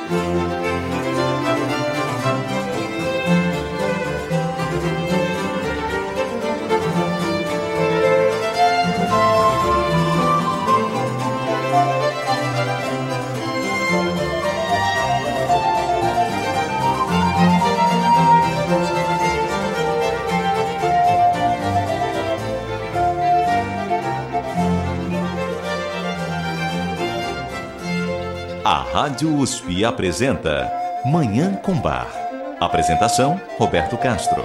A Rádio USP apresenta Manhã com Bar. Apresentação, Roberto Castro.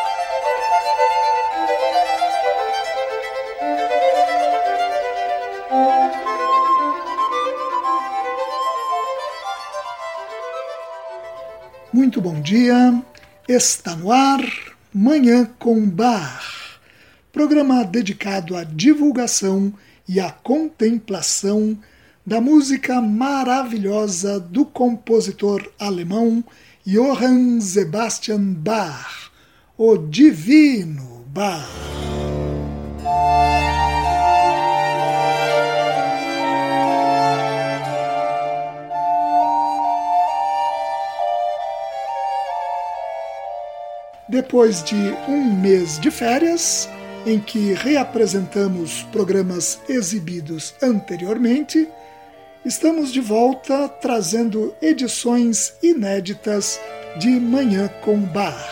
Muito bom dia, está no ar Manhã com Bar, programa dedicado à divulgação e à contemplação da música maravilhosa do compositor alemão Johann Sebastian Bach, o Divino Bach. Depois de um mês de férias, em que reapresentamos programas exibidos anteriormente, estamos de volta trazendo edições inéditas de Manhã com Bar.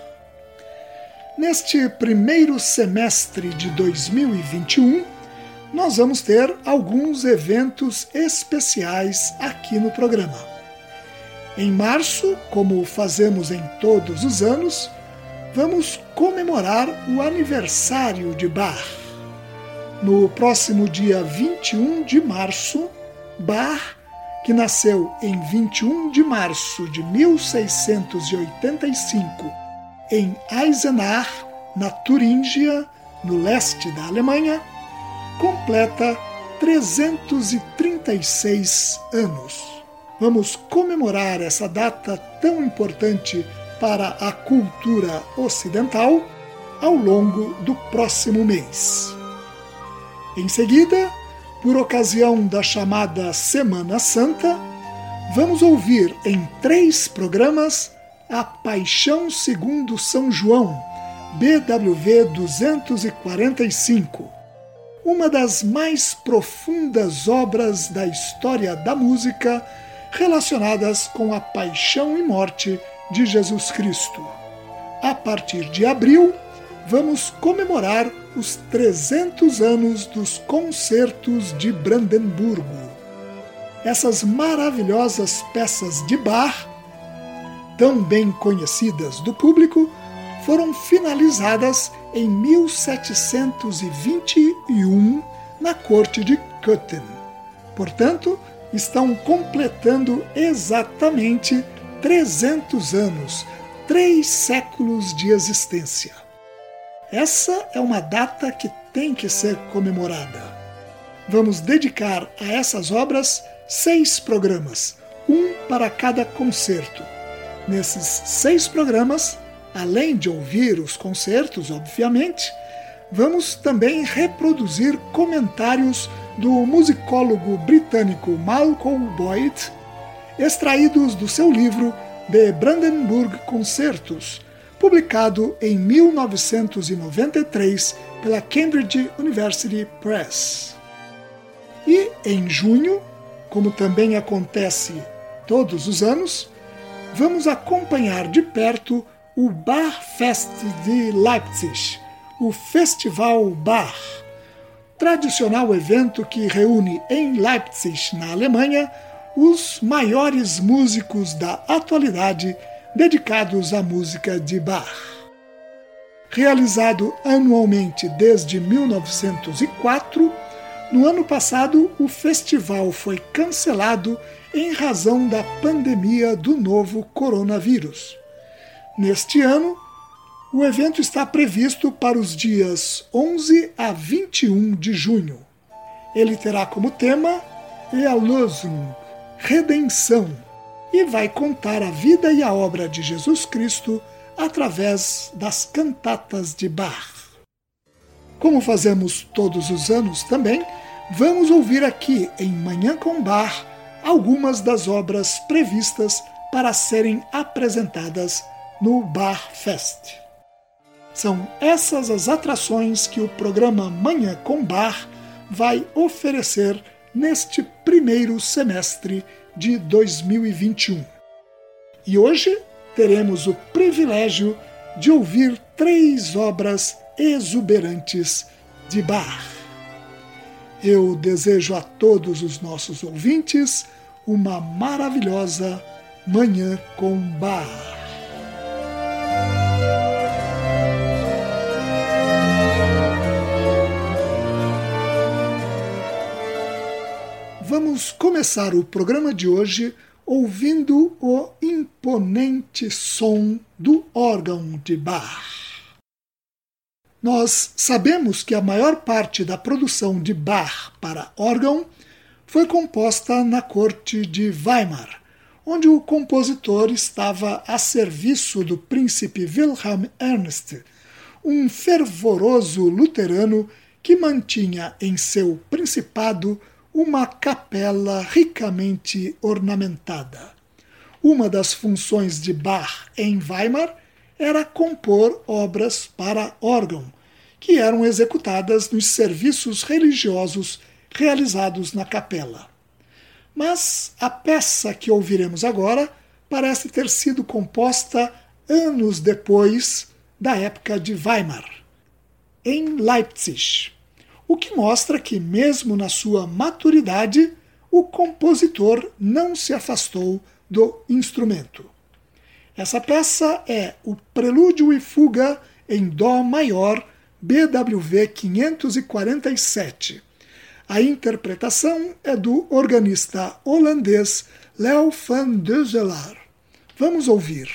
Neste primeiro semestre de 2021, nós vamos ter alguns eventos especiais aqui no programa. Em março, como fazemos em todos os anos, vamos comemorar o aniversário de Bach. No próximo dia 21 de março, Bach, que nasceu em 21 de março de 1685 em Eisenach, na Turíngia, no leste da Alemanha, completa 336 anos. Vamos comemorar essa data tão importante para a cultura ocidental ao longo do próximo mês. Em seguida, por ocasião da chamada Semana Santa, vamos ouvir em 3 programas a Paixão segundo São João, BWV 245, uma das mais profundas obras da história da música relacionadas com a paixão e morte de Jesus Cristo. A partir de abril, vamos comemorar os 300 anos dos concertos de Brandemburgo. Essas maravilhosas peças de Bach, tão bem conhecidas do público, foram finalizadas em 1721 na corte de Köthen. Portanto, estão completando exatamente 300 anos, 3 séculos de existência. Essa é uma data que tem que ser comemorada. Vamos dedicar a essas obras 6 programas, um para cada concerto. Nesses 6 programas, além de ouvir os concertos, obviamente, vamos também reproduzir comentários do musicólogo britânico Malcolm Boyd, extraídos do seu livro The Brandenburg Concertos, publicado em 1993 pela Cambridge University Press. E em junho, como também acontece todos os anos, vamos acompanhar de perto o Bachfest de Leipzig, o Festival Bach, tradicional evento que reúne em Leipzig, na Alemanha, os maiores músicos da atualidade dedicados à música de Bach. Realizado anualmente desde 1904, no ano passado o festival foi cancelado em razão da pandemia do novo coronavírus. Neste ano, o evento está previsto para os dias 11 a 21 de junho. Ele terá como tema Erlösung, Redenção, e vai contar a vida e a obra de Jesus Cristo através das cantatas de Bach. Como fazemos todos os anos também, vamos ouvir aqui em Manhã com Bar algumas das obras previstas para serem apresentadas no Bar Fest. São essas as atrações que o programa Manhã com Bar vai oferecer neste primeiro semestre de 2021. E hoje teremos o privilégio de ouvir 3 obras exuberantes de Bach. Eu desejo a todos os nossos ouvintes uma maravilhosa Manhã com Bach. Vamos começar o programa de hoje ouvindo o imponente som do órgão de Bach. Nós sabemos que a maior parte da produção de Bach para órgão foi composta na corte de Weimar, onde o compositor estava a serviço do príncipe Wilhelm Ernst, um fervoroso luterano que mantinha em seu principado uma capela ricamente ornamentada. Uma das funções de Bach em Weimar era compor obras para órgão, que eram executadas nos serviços religiosos realizados na capela. Mas a peça que ouviremos agora parece ter sido composta anos depois da época de Weimar, em Leipzig, o que mostra que, mesmo na sua maturidade, o compositor não se afastou do instrumento. Essa peça é o Prelúdio e Fuga em Dó maior, BWV 547. A interpretação é do organista holandês Leo van Deuzelaar. Vamos ouvir.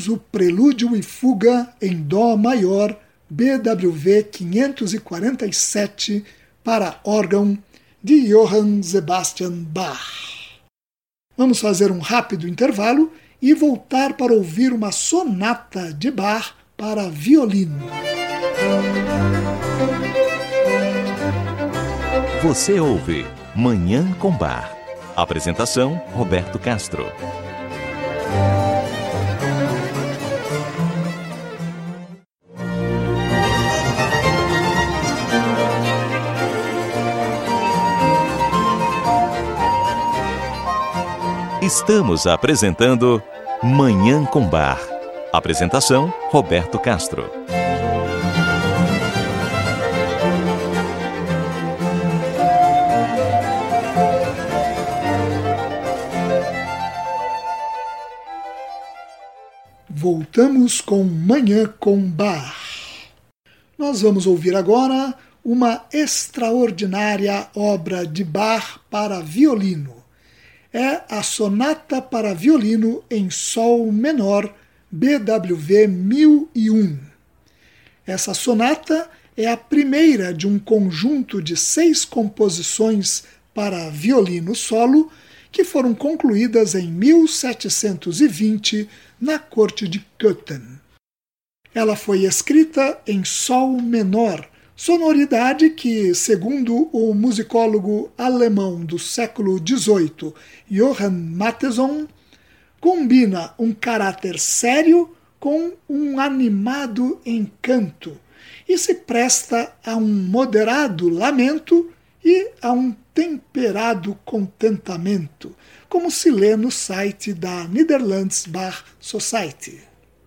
ouvimos o Prelúdio e Fuga em Dó maior, BWV 547, para órgão, de Johann Sebastian Bach. Vamos fazer um rápido intervalo e voltar para ouvir uma sonata de Bach para violino. Você ouve Manhã com Bar. Apresentação, Roberto Castro. Estamos apresentando Manhã com Bar. Apresentação, Roberto Castro. Voltamos com Manhã com Bar. Nós vamos ouvir agora uma extraordinária obra de Bach para violino. É a Sonata para Violino em Sol Menor, BWV 1001. Essa sonata é a primeira de um conjunto de 6 composições para violino solo que foram concluídas em 1720 na corte de Köthen. Ela foi escrita em Sol menor, sonoridade que, segundo o musicólogo alemão do século XVIII, Johann Mattheson, combina um caráter sério com um animado encanto e se presta a um moderado lamento e a um temperado contentamento, como se lê no site da Netherlands Bach Society.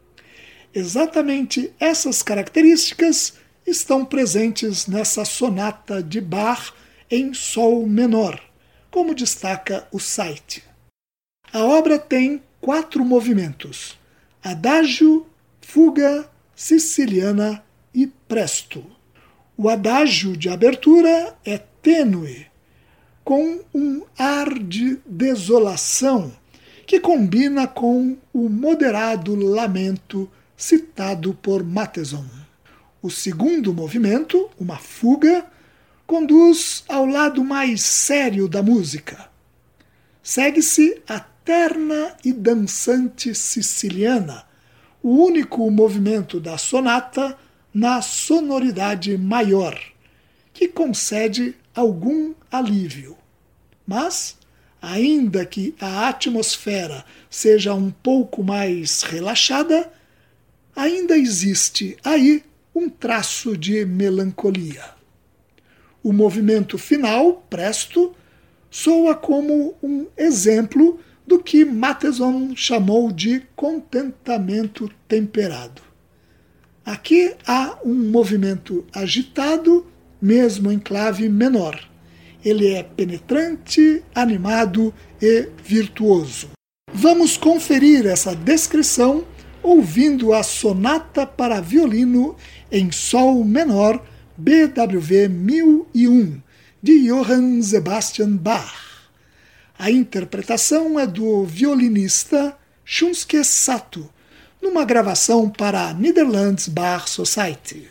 Exatamente essas características estão presentes nessa sonata de Bach em Sol menor, como destaca o site. A obra tem 4 movimentos: adágio, fuga, siciliana e presto. O adágio de abertura é tênue, com um ar de desolação que combina com o moderado lamento citado por Mattheson. O segundo movimento, uma fuga, conduz ao lado mais sério da música. Segue-se a terna e dançante siciliana, o único movimento da sonata na sonoridade maior, que concede algum alívio. Mas, ainda que a atmosfera seja um pouco mais relaxada, ainda existe aí um traço de melancolia. O movimento final, presto, soa como um exemplo do que Mattheson chamou de contentamento temperado. Aqui há um movimento agitado, mesmo em clave menor. Ele é penetrante, animado e virtuoso. Vamos conferir essa descrição ouvindo a Sonata para Violino em Sol menor, BWV 1001, de Johann Sebastian Bach. A interpretação é do violinista Shunsuke Sato, numa gravação para a Netherlands Bach Society.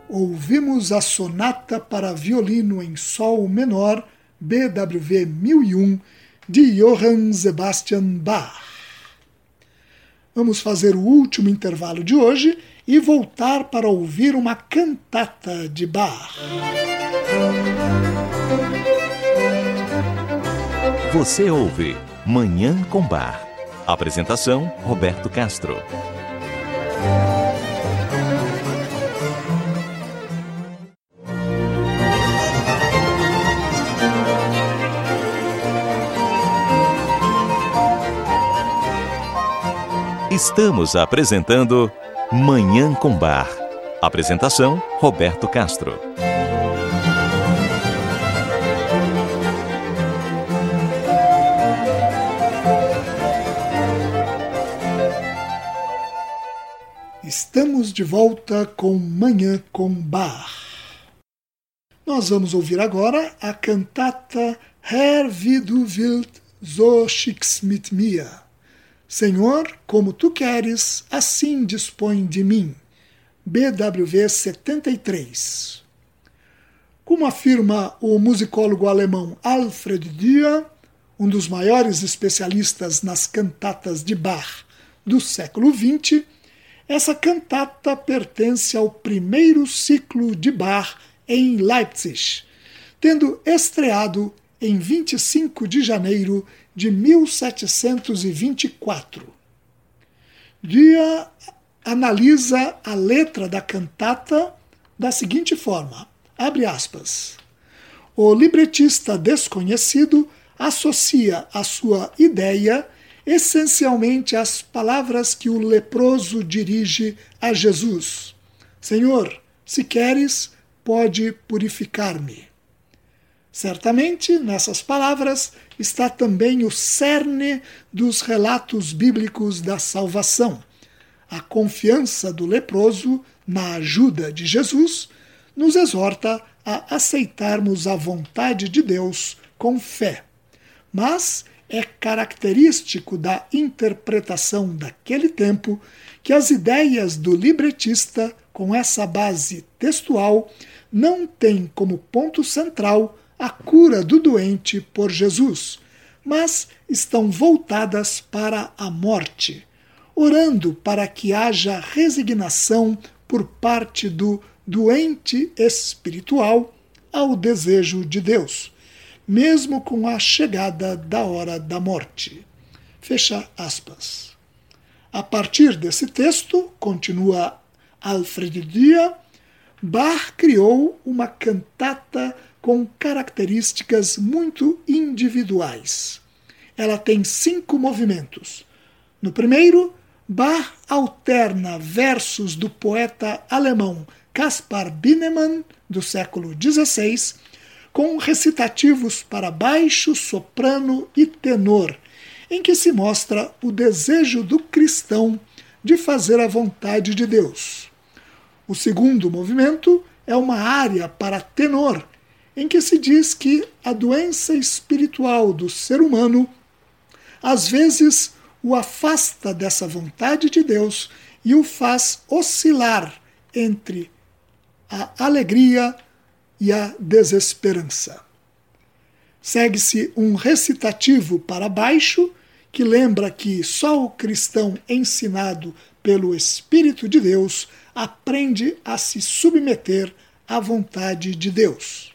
ouvimos a Sonata para Violino em Sol Menor, BWV 1001, de Johann Sebastian Bach. Vamos fazer o último intervalo de hoje e voltar para ouvir uma cantata de Bach. Você ouve Manhã com Bach. Apresentação, Roberto Castro. Estamos apresentando Manhã com Bach. Apresentação, Roberto Castro. Estamos de volta com Manhã com Bach. Nós vamos ouvir agora a cantata Herr, wie du willst, so schick's mit mir. Senhor, como tu queres, assim dispõe de mim. BWV 73. Como afirma o musicólogo alemão Alfred Dürer, um dos maiores especialistas nas cantatas de Bach do século XX, essa cantata pertence ao primeiro ciclo de Bach em Leipzig, tendo estreado em 25 de janeiro de 1724. Dürer analisa a letra da cantata da seguinte forma, abre aspas, o libretista desconhecido associa a sua ideia essencialmente às palavras que o leproso dirige a Jesus. Senhor, se queres, pode purificar-me. Certamente, nessas palavras, está também o cerne dos relatos bíblicos da salvação. A confiança do leproso na ajuda de Jesus nos exorta a aceitarmos a vontade de Deus com fé. Mas é característico da interpretação daquele tempo que as ideias do libretista, com essa base textual, não têm como ponto central a cura do doente por Jesus, mas estão voltadas para a morte, orando para que haja resignação por parte do doente espiritual ao desejo de Deus, mesmo com a chegada da hora da morte. Fecha aspas. A partir desse texto, continua Alfred Dürer, Bach criou uma cantata com características muito individuais. Ela tem 5 movimentos. No primeiro, Bach alterna versos do poeta alemão Caspar Binnemann, do século XVI, com recitativos para baixo, soprano e tenor, em que se mostra o desejo do cristão de fazer a vontade de Deus. O segundo movimento é uma área para tenor, em que se diz que a doença espiritual do ser humano às vezes o afasta dessa vontade de Deus e o faz oscilar entre a alegria e a desesperança. Segue-se um recitativo para baixo, que lembra que só o cristão ensinado pelo Espírito de Deus aprende a se submeter à vontade de Deus.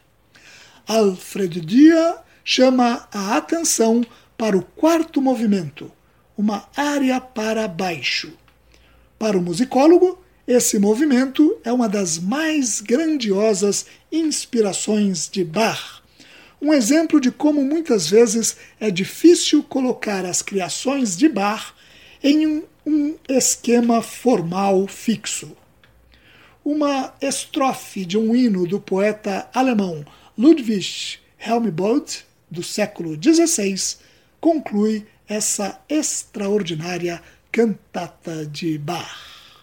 Alfred Dürer chama a atenção para o quarto movimento, uma área para baixo. Para o musicólogo, esse movimento é uma das mais grandiosas inspirações de Bach. Um exemplo de como muitas vezes é difícil colocar as criações de Bach em um esquema formal fixo. Uma estrofe de um hino do poeta alemão Ludwig Helmbold, do século XVI, conclui essa extraordinária cantata de Bach.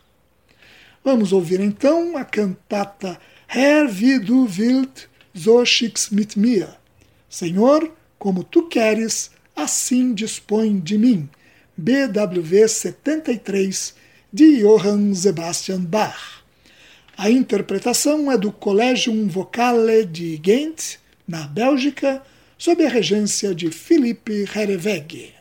Vamos ouvir então a cantata Herr, wie du willst, so schick's mit mir. Senhor, como tu queres, assim dispõe de mim. BWV 73, de Johann Sebastian Bach. A interpretação é do Collegium Vocale de Ghent, na Bélgica, sob a regência de Philippe Herreweghe.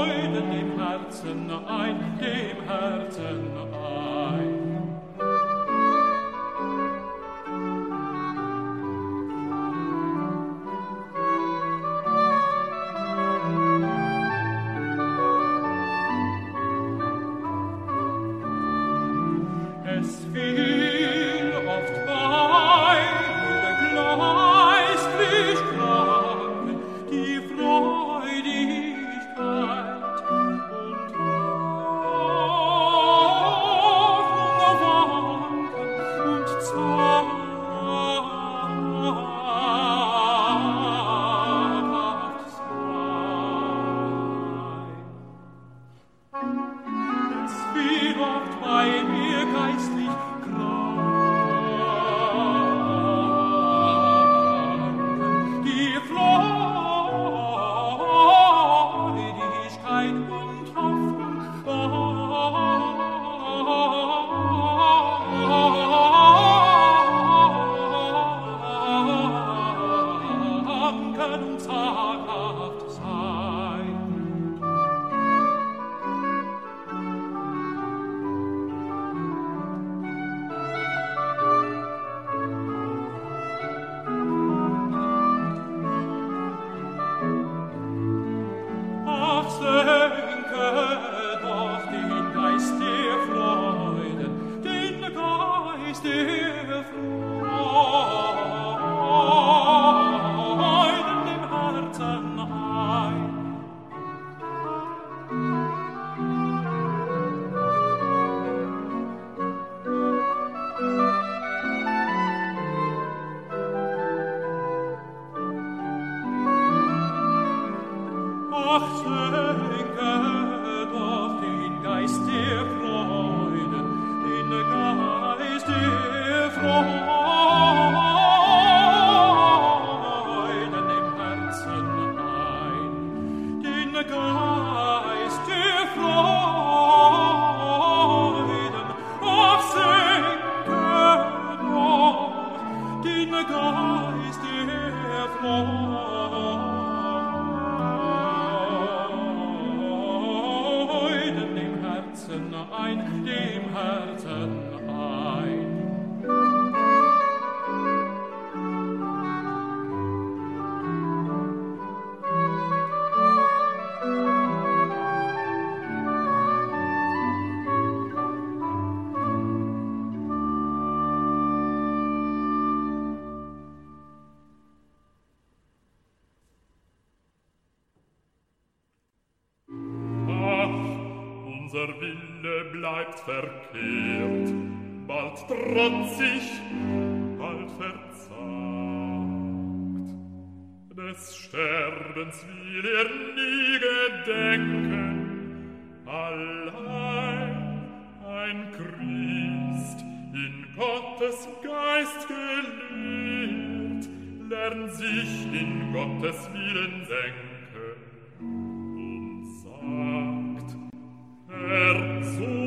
Verkehrt, bald trotzig, bald verzagt. Des Sterbens will nie gedenken, allein ein Christ in Gottes Geist gelehrt, lernt sich in Gottes Willen senken und sagt, Herr, so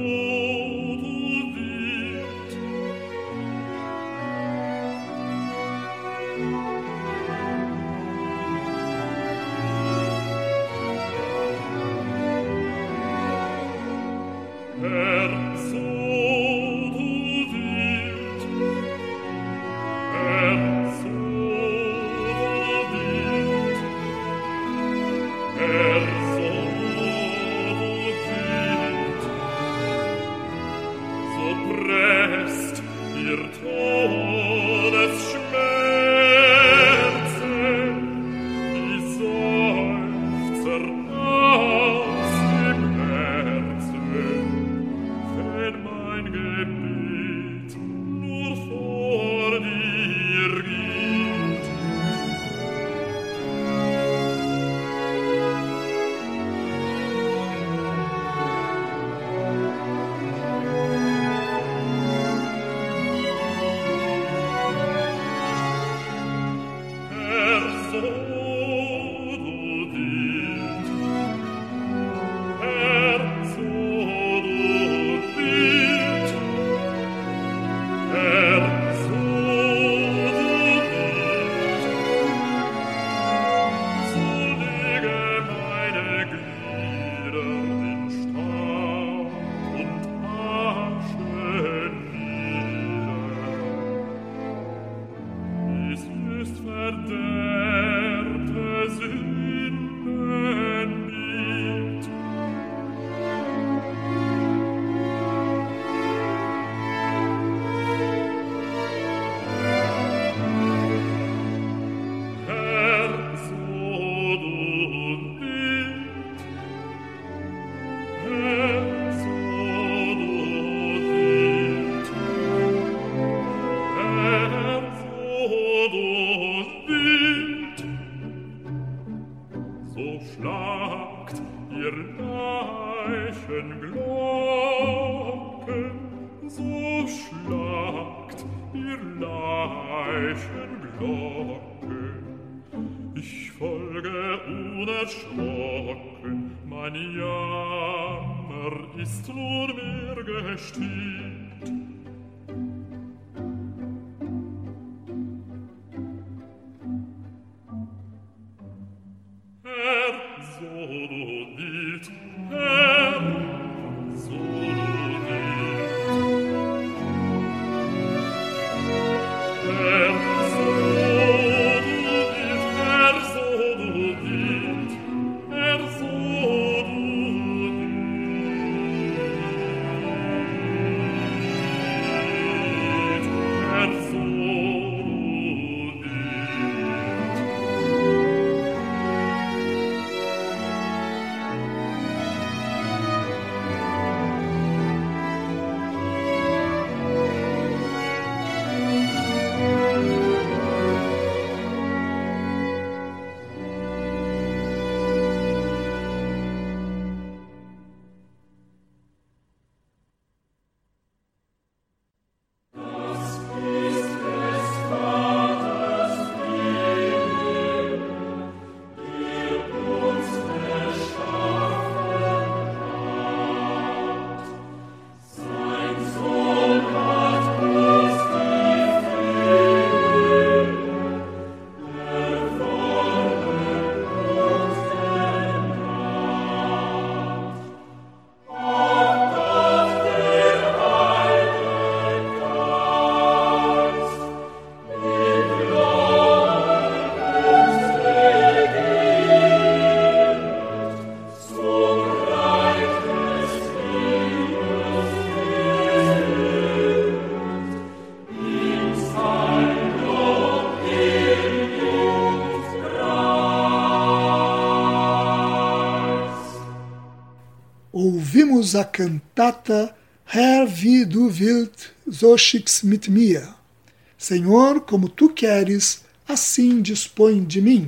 Ouvimos a cantata Herr, wie du willst, so schick's mit mir. Senhor, como tu queres, assim dispõe de mim.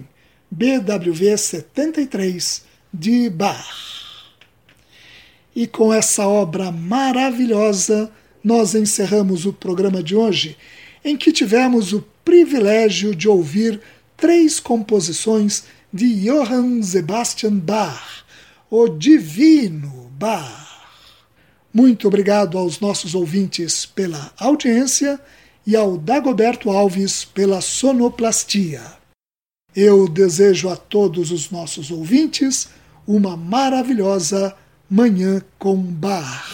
BWV 73, de Bach. E com essa obra maravilhosa, nós encerramos o programa de hoje, em que tivemos o privilégio de ouvir 3 composições de Johann Sebastian Bach, o Divino Bach. Muito obrigado aos nossos ouvintes pela audiência e ao Dagoberto Alves pela sonoplastia. Eu desejo a todos os nossos ouvintes uma maravilhosa Manhã com Bach.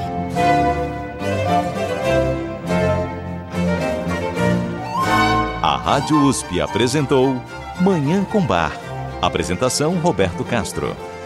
A Rádio USP apresentou Manhã com Bach. Apresentação Roberto Castro.